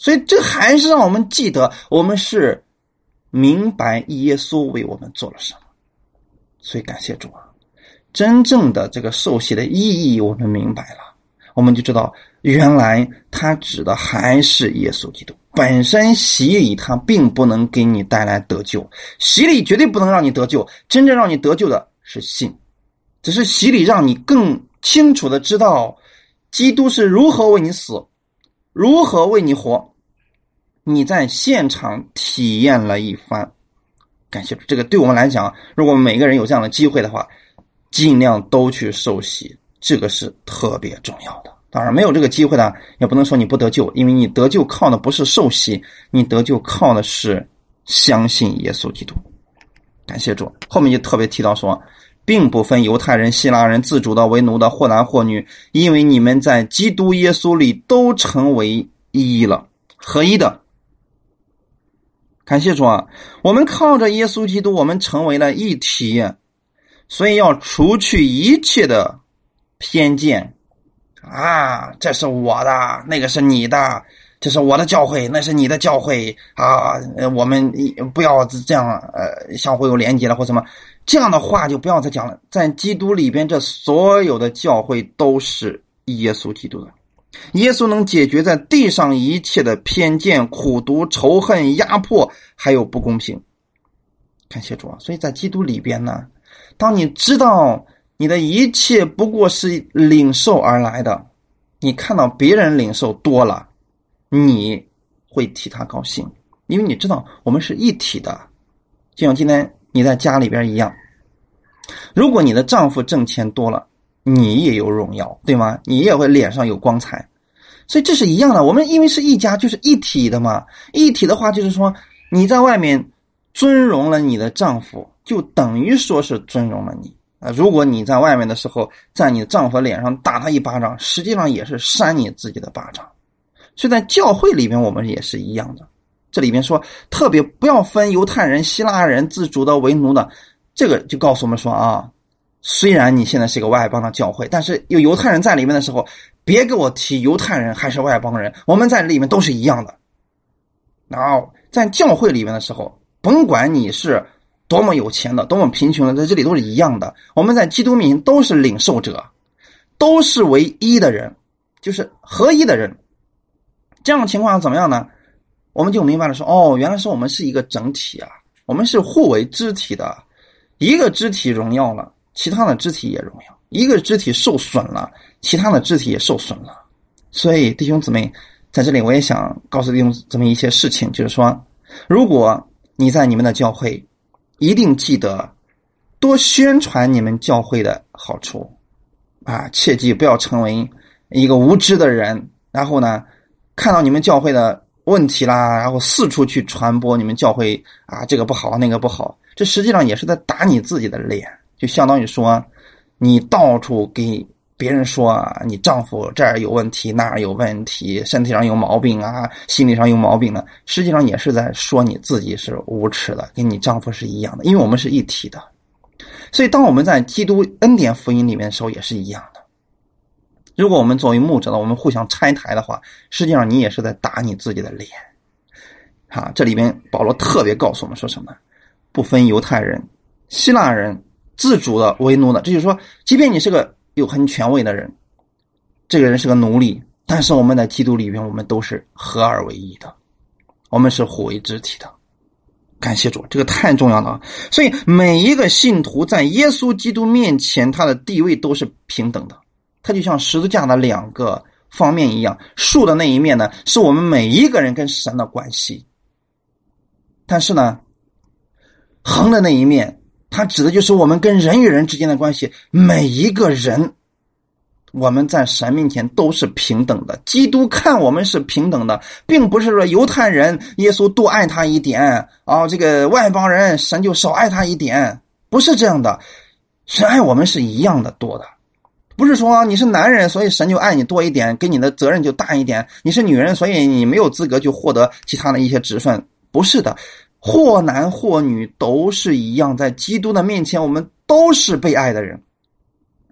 所以这还是让我们记得我们是明白耶稣为我们做了什么。所以感谢主啊，真正的这个受洗的意义我们明白了，我们就知道原来他指的还是耶稣基督。本身洗礼它并不能给你带来得救，洗礼绝对不能让你得救，真正让你得救的是信。只是洗礼让你更清楚的知道基督是如何为你死，如何为你活，你在现场体验了一番。感谢主，这个对我们来讲，如果每个人有这样的机会的话，尽量都去受洗，这个是特别重要的。当然没有这个机会呢，也不能说你不得救，因为你得救靠的不是受洗，你得救靠的是相信耶稣基督。感谢主，后面就特别提到说，并不分犹太人、希腊人、自主的、为奴的，或男或女，因为你们在基督耶稣里都成为一了，合一的。感谢主啊，我们靠着耶稣基督，我们成为了一体，所以要除去一切的偏见啊，这是我的，那个是你的，这是我的教会，那是你的教会啊，我们不要这样呃相互有连接了或什么，这样的话就不要再讲了。在基督里边，这所有的教会都是耶稣基督的。耶稣能解决在地上一切的偏见、苦毒、仇恨、压迫还有不公平。感谢主啊！所以在基督里边呢，当你知道你的一切不过是领受而来的，你看到别人领受多了，你会替他高兴，因为你知道我们是一体的。就像今天你在家里边一样，如果你的丈夫挣钱多了，你也有荣耀，对吗？你也会脸上有光彩。所以这是一样的，我们因为是一家，就是一体的嘛。一体的话就是说，你在外面尊荣了你的丈夫，就等于说是尊荣了你啊。如果你在外面的时候在你的丈夫脸上打他一巴掌，实际上也是扇你自己的巴掌。所以在教会里面我们也是一样的。这里面说特别不要分犹太人、希腊人、自主的、为奴的，这个就告诉我们说啊，虽然你现在是一个外邦的教会，但是有犹太人在里面的时候，别给我提犹太人还是外邦人，我们在里面都是一样的。然后在教会里面的时候，甭管你是多么有钱的，多么贫穷的，在这里都是一样的。我们在基督面前都是领受者，都是唯一的人，就是合一的人。这样的情况怎么样呢？我们就明白了说，哦，原来是我们是一个整体啊，我们是互为肢体的，一个肢体荣耀了，其他的肢体也荣耀，一个肢体受损了，其他的肢体也受损了。所以弟兄姊妹，在这里我也想告诉弟兄姊妹一些事情，就是说，如果你在你们的教会，一定记得多宣传你们教会的好处啊，切记不要成为一个无知的人，然后呢看到你们教会的问题啦，然后四处去传播你们教会啊，这个不好那个不好，这实际上也是在打你自己的脸，就相当于说你到处给别人说啊，你丈夫这儿有问题那儿有问题，身体上有毛病啊，心理上有毛病呢，实际上也是在说你自己是无耻的，跟你丈夫是一样的，因为我们是一体的。所以当我们在基督恩典福音里面的时候也是一样的。如果我们作为牧者呢，我们互相拆台的话，实际上你也是在打你自己的脸。啊，这里边保罗特别告诉我们说什么？不分犹太人、希腊人、自主的、为奴的，这就是说，即便你是个有很权威的人，这个人是个奴隶，但是我们在基督里面，我们都是合而为一的，我们是互为肢体的。感谢主，这个太重要了啊！所以每一个信徒在耶稣基督面前，他的地位都是平等的。它就像十字架的两个方面一样，竖的那一面呢，是我们每一个人跟神的关系，但是呢，横的那一面，它指的就是我们跟人与人之间的关系。每一个人，我们在神面前都是平等的。基督看我们是平等的，并不是说犹太人耶稣多爱他一点啊，这个外邦人神就少爱他一点，不是这样的。神爱我们是一样的多的。不是说你是男人所以神就爱你多一点，给你的责任就大一点，你是女人所以你没有资格去获得其他的一些职分，不是的，或男或女都是一样，在基督的面前我们都是被爱的人。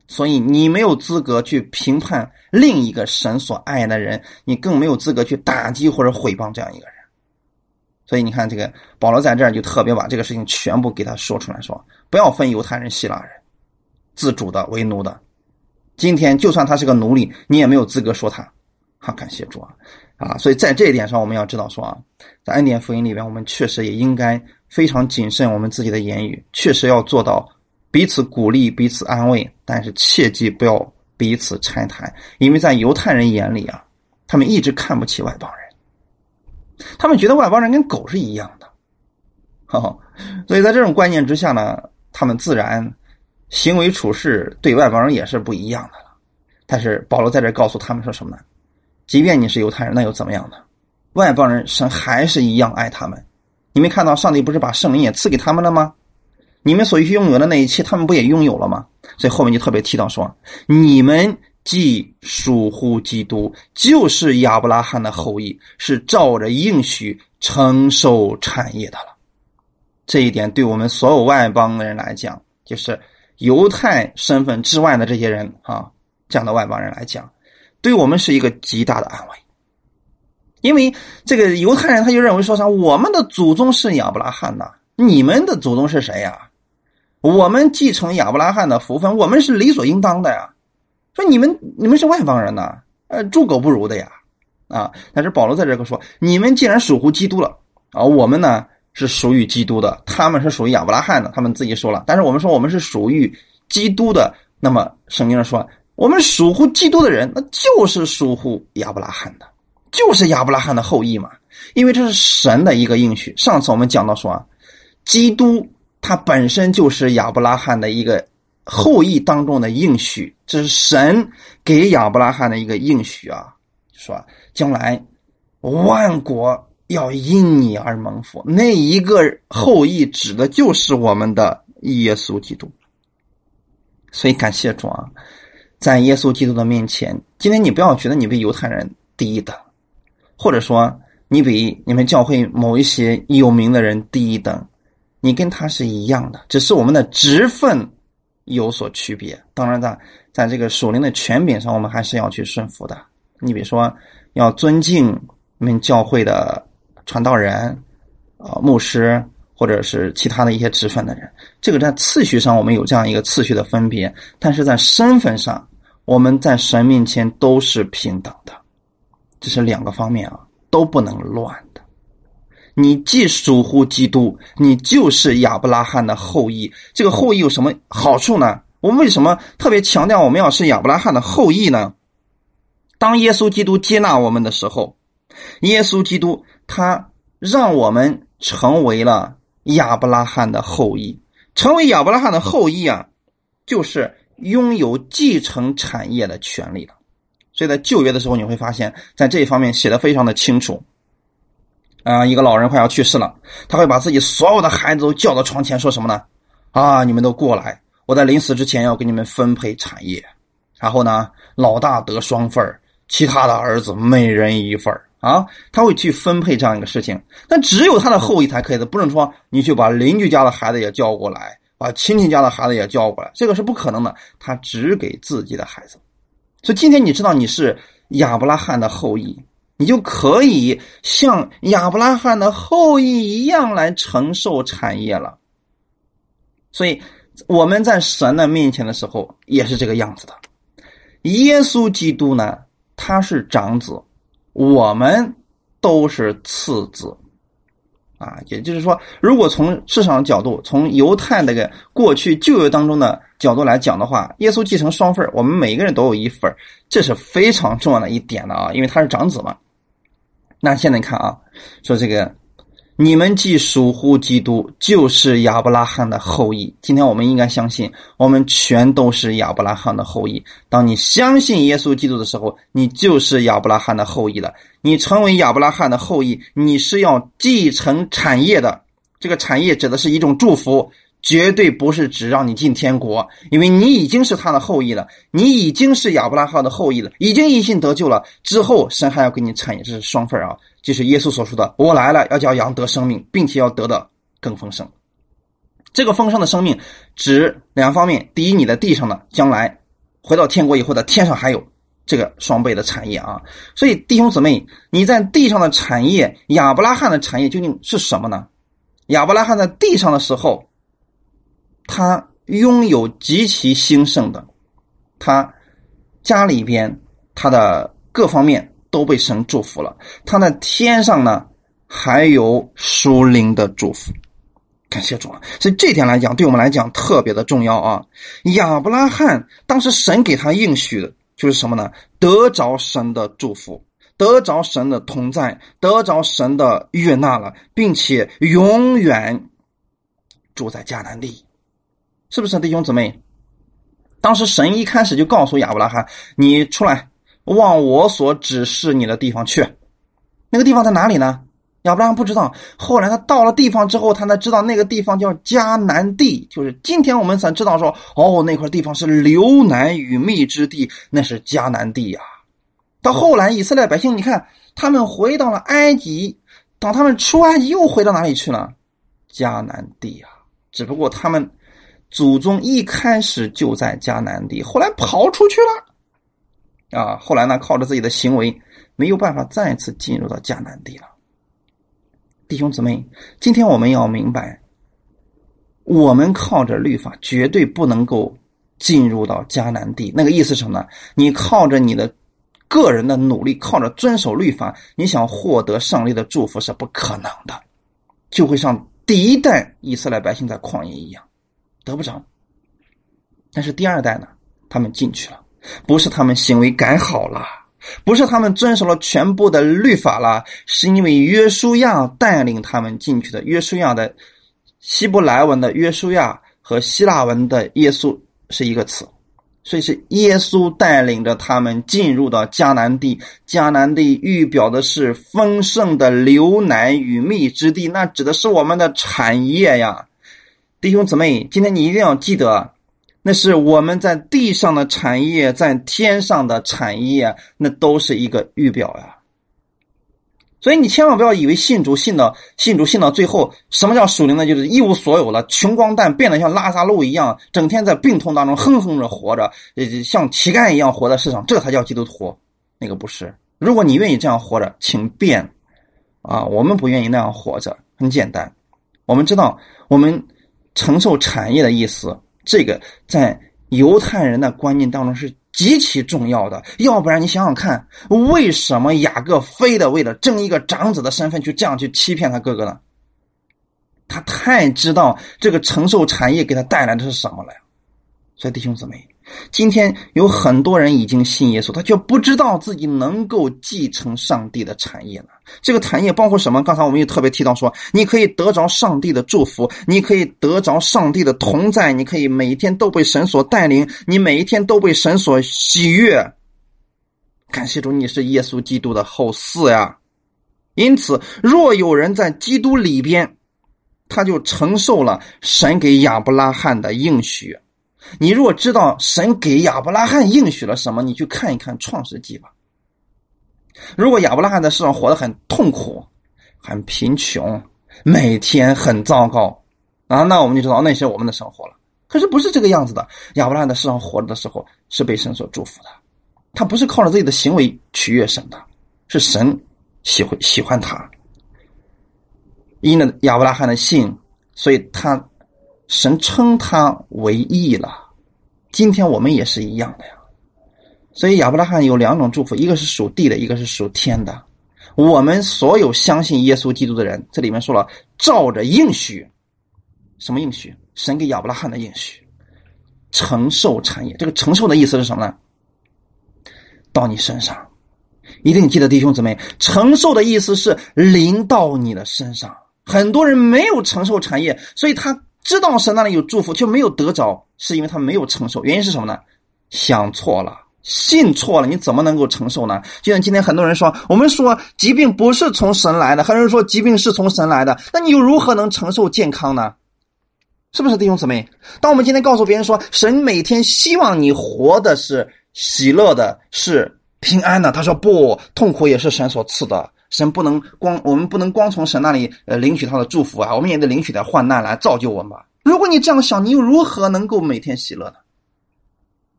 所以你没有资格去评判另一个神所爱的人，你更没有资格去打击或者毁谤这样一个人。所以你看这个保罗在这儿就特别把这个事情全部给他说出来，说不要分犹太人希腊人，自主的为奴的，今天就算他是个奴隶，你也没有资格说他。好，感谢主啊！啊，所以在这一点上，我们要知道说啊，在恩典福音里边，我们确实也应该非常谨慎我们自己的言语，确实要做到彼此鼓励、彼此安慰，但是切记不要彼此拆台，因为在犹太人眼里啊，他们一直看不起外邦人，他们觉得外邦人跟狗是一样的。哦，所以在这种观念之下呢，他们自然行为处事对外邦人也是不一样的了。但是保罗在这告诉他们说什么呢？即便你是犹太人，那又怎么样呢？外邦人神还是一样爱他们。你没看到上帝不是把圣灵也赐给他们了吗？你们所拥有的那一切他们不也拥有了吗？所以后面就特别提到说，你们既属乎基督，就是亚伯拉罕的后裔，是照着应许承受产业的了。这一点对我们所有外邦的人来讲，就是犹太身份之外的这些人啊，这样的外邦人来讲，对我们是一个极大的安慰。因为这个犹太人他就认为说啥，我们的祖宗是亚伯拉罕呐，你们的祖宗是谁呀？我们继承亚伯拉罕的福分，我们是理所应当的呀。说你们你们是外邦人呐，呃，猪狗不如的呀。啊，但是保罗在这个说，你们既然属乎基督了啊，我们呢是属于基督的，他们是属于亚伯拉罕的，他们自己说了。但是我们说我们是属于基督的，那么圣经上说，我们属乎基督的人，那就是属乎亚伯拉罕的，就是亚伯拉罕的后裔嘛。因为这是神的一个应许。上次我们讲到说啊，基督他本身就是亚伯拉罕的一个后裔当中的应许，这是神给亚伯拉罕的一个应许啊，说将来万国要因你而蒙福，那一个后裔指的就是我们的耶稣基督。所以感谢主啊，在耶稣基督的面前，今天你不要觉得你比犹太人低一等，或者说你比你们教会某一些有名的人低一等，你跟他是一样的，只是我们的职分有所区别。当然在在这个属灵的权柄上，我们还是要去顺服的。你比如说要尊敬你们教会的传道人、呃、牧师，或者是其他的一些职分的人，这个在次序上我们有这样一个次序的分别，但是在身份上我们在神面前都是平等的。这是两个方面啊，都不能乱的。你既属乎基督，你就是亚伯拉罕的后裔。这个后裔有什么好处呢？我们为什么特别强调我们要是亚伯拉罕的后裔呢？当耶稣基督接纳我们的时候，耶稣基督他让我们成为了亚伯拉罕的后裔。成为亚伯拉罕的后裔啊，就是拥有继承产业的权利了。所以在旧约的时候，你会发现在这一方面写得非常的清楚啊、呃，一个老人快要去世了，他会把自己所有的孩子都叫到床前，说什么呢？啊，你们都过来，我在临死之前要给你们分配产业。然后呢，老大得双份，其他的儿子每人一份啊，他会去分配这样一个事情。但只有他的后裔才可以的，不能说你去把邻居家的孩子也叫过来，把亲戚家的孩子也叫过来，这个是不可能的，他只给自己的孩子。所以今天你知道你是亚伯拉罕的后裔，你就可以像亚伯拉罕的后裔一样来承受产业了。所以我们在神的面前的时候也是这个样子的。耶稣基督呢，他是长子，我们都是次子啊，也就是说，如果从市场角度，从犹太那个过去旧约当中的角度来讲的话，耶稣继承双份，我们每一个人都有一份，这是非常重要的一点的啊，因为他是长子嘛。那现在看啊，说这个你们既属乎基督，就是亚伯拉罕的后裔。今天我们应该相信，我们全都是亚伯拉罕的后裔。当你相信耶稣基督的时候，你就是亚伯拉罕的后裔了。你成为亚伯拉罕的后裔，你是要继承产业的。这个产业指的是一种祝福，绝对不是只让你进天国，因为你已经是他的后裔了，你已经是亚伯拉罕的后裔了，已经因信得救了。之后神还要给你产业，这是双份啊，就是耶稣所说的，我来了要叫羊得生命，并且要得的更丰盛。这个丰盛的生命指两方面，第一，你的地上的将来回到天国以后的天上还有这个双倍的产业啊。所以弟兄姊妹，你在地上的产业，亚伯拉罕的产业究竟是什么呢？亚伯拉罕在地上的时候，他拥有极其兴盛的，他家里边他的各方面都被神祝福了，他在天上呢还有属灵的祝福。感谢主啊！所以这点来讲，对我们来讲特别的重要啊。亚伯拉罕当时神给他应许的就是什么呢？得着神的祝福，得着神的同在，得着神的悦纳了，并且永远住在迦南地。是不是弟兄姊妹？当时神一开始就告诉亚伯拉罕，你出来往我所指示你的地方去。那个地方在哪里呢？亚伯拉罕不知道，后来他到了地方之后，他才知道那个地方叫迦南地，就是今天我们才知道说，哦，那块地方是流奶与蜜之地，那是迦南地啊。到后来以色列百姓，你看他们回到了埃及，当他们出埃及又回到哪里去了？迦南地啊。只不过他们祖宗一开始就在迦南地，后来跑出去了啊，后来呢靠着自己的行为没有办法再次进入到迦南地了。弟兄姊妹，今天我们要明白，我们靠着律法绝对不能够进入到迦南地。那个意思是什么呢？你靠着你的个人的努力，靠着遵守律法，你想获得上帝的祝福是不可能的，就会像第一代以色列百姓在旷野一样得不着。但是第二代呢，他们进去了，不是他们行为改好了，不是他们遵守了全部的律法了，是因为约书亚带领他们进去的。约书亚的希伯来文的约书亚和希腊文的耶稣是一个词，所以是耶稣带领着他们进入到迦南地。迦南地预表的是丰盛的流奶与蜜之地，那指的是我们的产业呀。弟兄姊妹，今天你一定要记得，那是我们在地上的产业，在天上的产业，那都是一个预表呀。所以你千万不要以为信主信到信主信到最后，什么叫属灵呢？就是一无所有了，穷光蛋，变得像拉撒路一样，整天在病痛当中哼哼着活着，像乞丐一样活在世上，这才叫基督徒。那个不是。如果你愿意这样活着，请变啊！我们不愿意那样活着，很简单。我们知道，我们承受产业的意思，这个在犹太人的观念当中是极其重要的。要不然你想想看，为什么雅各非得为了争一个长子的身份去这样去欺骗他哥哥呢？他太知道这个承受产业给他带来的是什么了呀。所以弟兄姊妹，今天有很多人已经信耶稣，他却不知道自己能够继承上帝的产业呢。这个产业包括什么？刚才我们也特别提到说，你可以得着上帝的祝福，你可以得着上帝的同在，你可以每一天都被神所带领，你每一天都被神所喜悦。感谢主，你是耶稣基督的后嗣呀。因此，若有人在基督里边，他就承受了神给亚伯拉罕的应许。你如果知道神给亚伯拉罕应许了什么，你去看一看创世纪吧。如果亚伯拉罕在世上活得很痛苦，很贫穷，每天很糟糕啊，那我们就知道那是我们的生活了。可是不是这个样子的，亚伯拉罕在世上活着的时候是被神所祝福的，他不是靠着自己的行为取悦神的，是神喜欢喜欢他。因了亚伯拉罕的信，所以他神称他为义了。今天我们也是一样的呀。所以亚伯拉罕有两种祝福，一个是属地的，一个是属天的。我们所有相信耶稣基督的人，这里面说了照着应许。什么应许？神给亚伯拉罕的应许，承受产业。这个承受的意思是什么呢？到你身上。一定记得弟兄姊妹，承受的意思是临到你的身上。很多人没有承受产业，所以他知道神那里有祝福却没有得着，是因为他没有承受。原因是什么呢？想错了，信错了，你怎么能够承受呢？就像今天很多人说，我们说疾病不是从神来的，很多人说疾病是从神来的，那你又如何能承受健康呢？是不是弟兄姊妹？当我们今天告诉别人说神每天希望你活的是喜乐的，是平安的，他说不，痛苦也是神所赐的，神不能光我们不能光从神那里呃领取他的祝福啊，我们也得领取点患难来造就我们吧。如果你这样想，你又如何能够每天喜乐呢？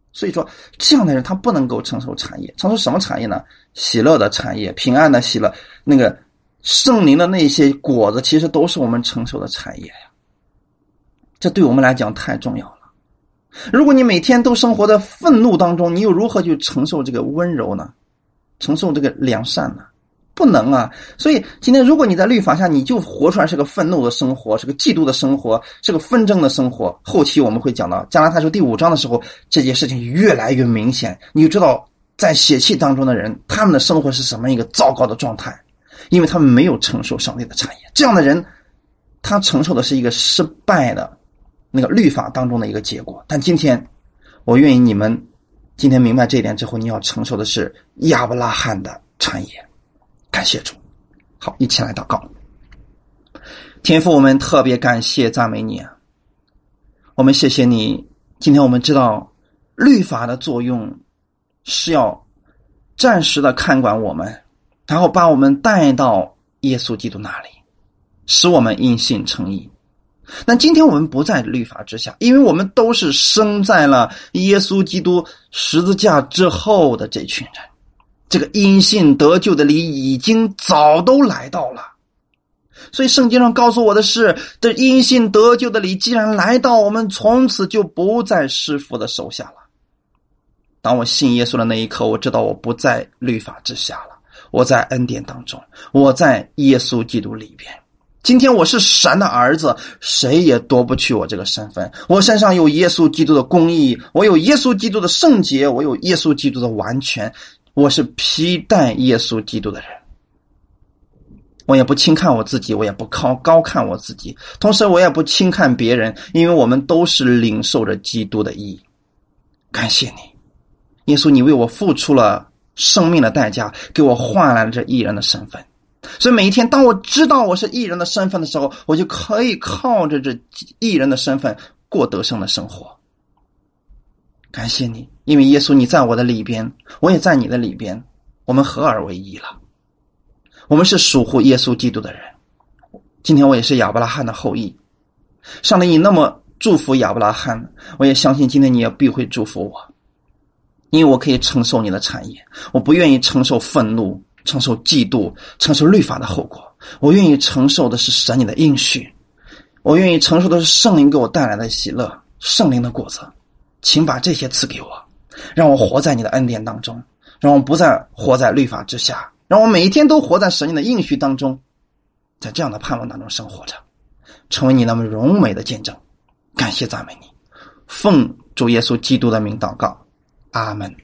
所以说这样的人他不能够承受产业。承受什么产业呢？喜乐的产业，平安的喜乐，那个圣灵的那些果子，其实都是我们承受的产业呀。这对我们来讲太重要了。如果你每天都生活在愤怒当中，你又如何去承受这个温柔呢？承受这个良善呢？不能啊。所以今天如果你在律法下，你就活出来是个愤怒的生活，是个嫉妒的生活，是个纷争的生活。后期我们会讲到加拉太书第五章的时候，这件事情越来越明显，你就知道在血气当中的人，他们的生活是什么一个糟糕的状态，因为他们没有承受上帝的产业。这样的人他承受的是一个失败的那个律法当中的一个结果。但今天我愿意你们今天明白这一点之后，你要承受的是亚伯拉罕的产业。感谢主。好，一起来祷告。天父，我们特别感谢赞美你，我们谢谢你。今天我们知道律法的作用是要暂时的看管我们，然后把我们带到耶稣基督那里，使我们因信称义。但今天我们不在律法之下，因为我们都是生在了耶稣基督十字架之后的这群人。这个因信得救的理已经早都来到了。所以圣经上告诉我的是，这因信得救的理既然来到，我们从此就不在师傅的手下了。当我信耶稣的那一刻，我知道我不在律法之下了，我在恩典当中，我在耶稣基督里边。今天我是神的儿子，谁也夺不去我这个身份。我身上有耶稣基督的公义，我有耶稣基督的圣洁，我有耶稣基督的完全。我是披戴耶稣基督的人，我也不轻看我自己，我也不高高看我自己，同时我也不轻看别人，因为我们都是领受着基督的义。感谢你，耶稣，你为我付出了生命的代价，给我换来了这义人的身份。所以每一天当我知道我是义人的身份的时候，我就可以靠着这义人的身份过得胜的生活。感谢你，因为耶稣你在我的里边，我也在你的里边，我们合而为一了。我们是属乎耶稣基督的人。今天我也是亚伯拉罕的后裔。上帝你那么祝福亚伯拉罕，我也相信今天你也必会祝福我，因为我可以承受你的产业。我不愿意承受愤怒，承受嫉妒，承受律法的后果。我愿意承受的是神你的应许，我愿意承受的是圣灵给我带来的喜乐，圣灵的果子。请把这些赐给我，让我活在你的恩典当中，让我不再活在律法之下，让我每一天都活在神你的应许当中，在这样的盼望当中生活着，成为你那么荣美的见证。感谢赞美你，奉主耶稣基督的名祷告，阿们。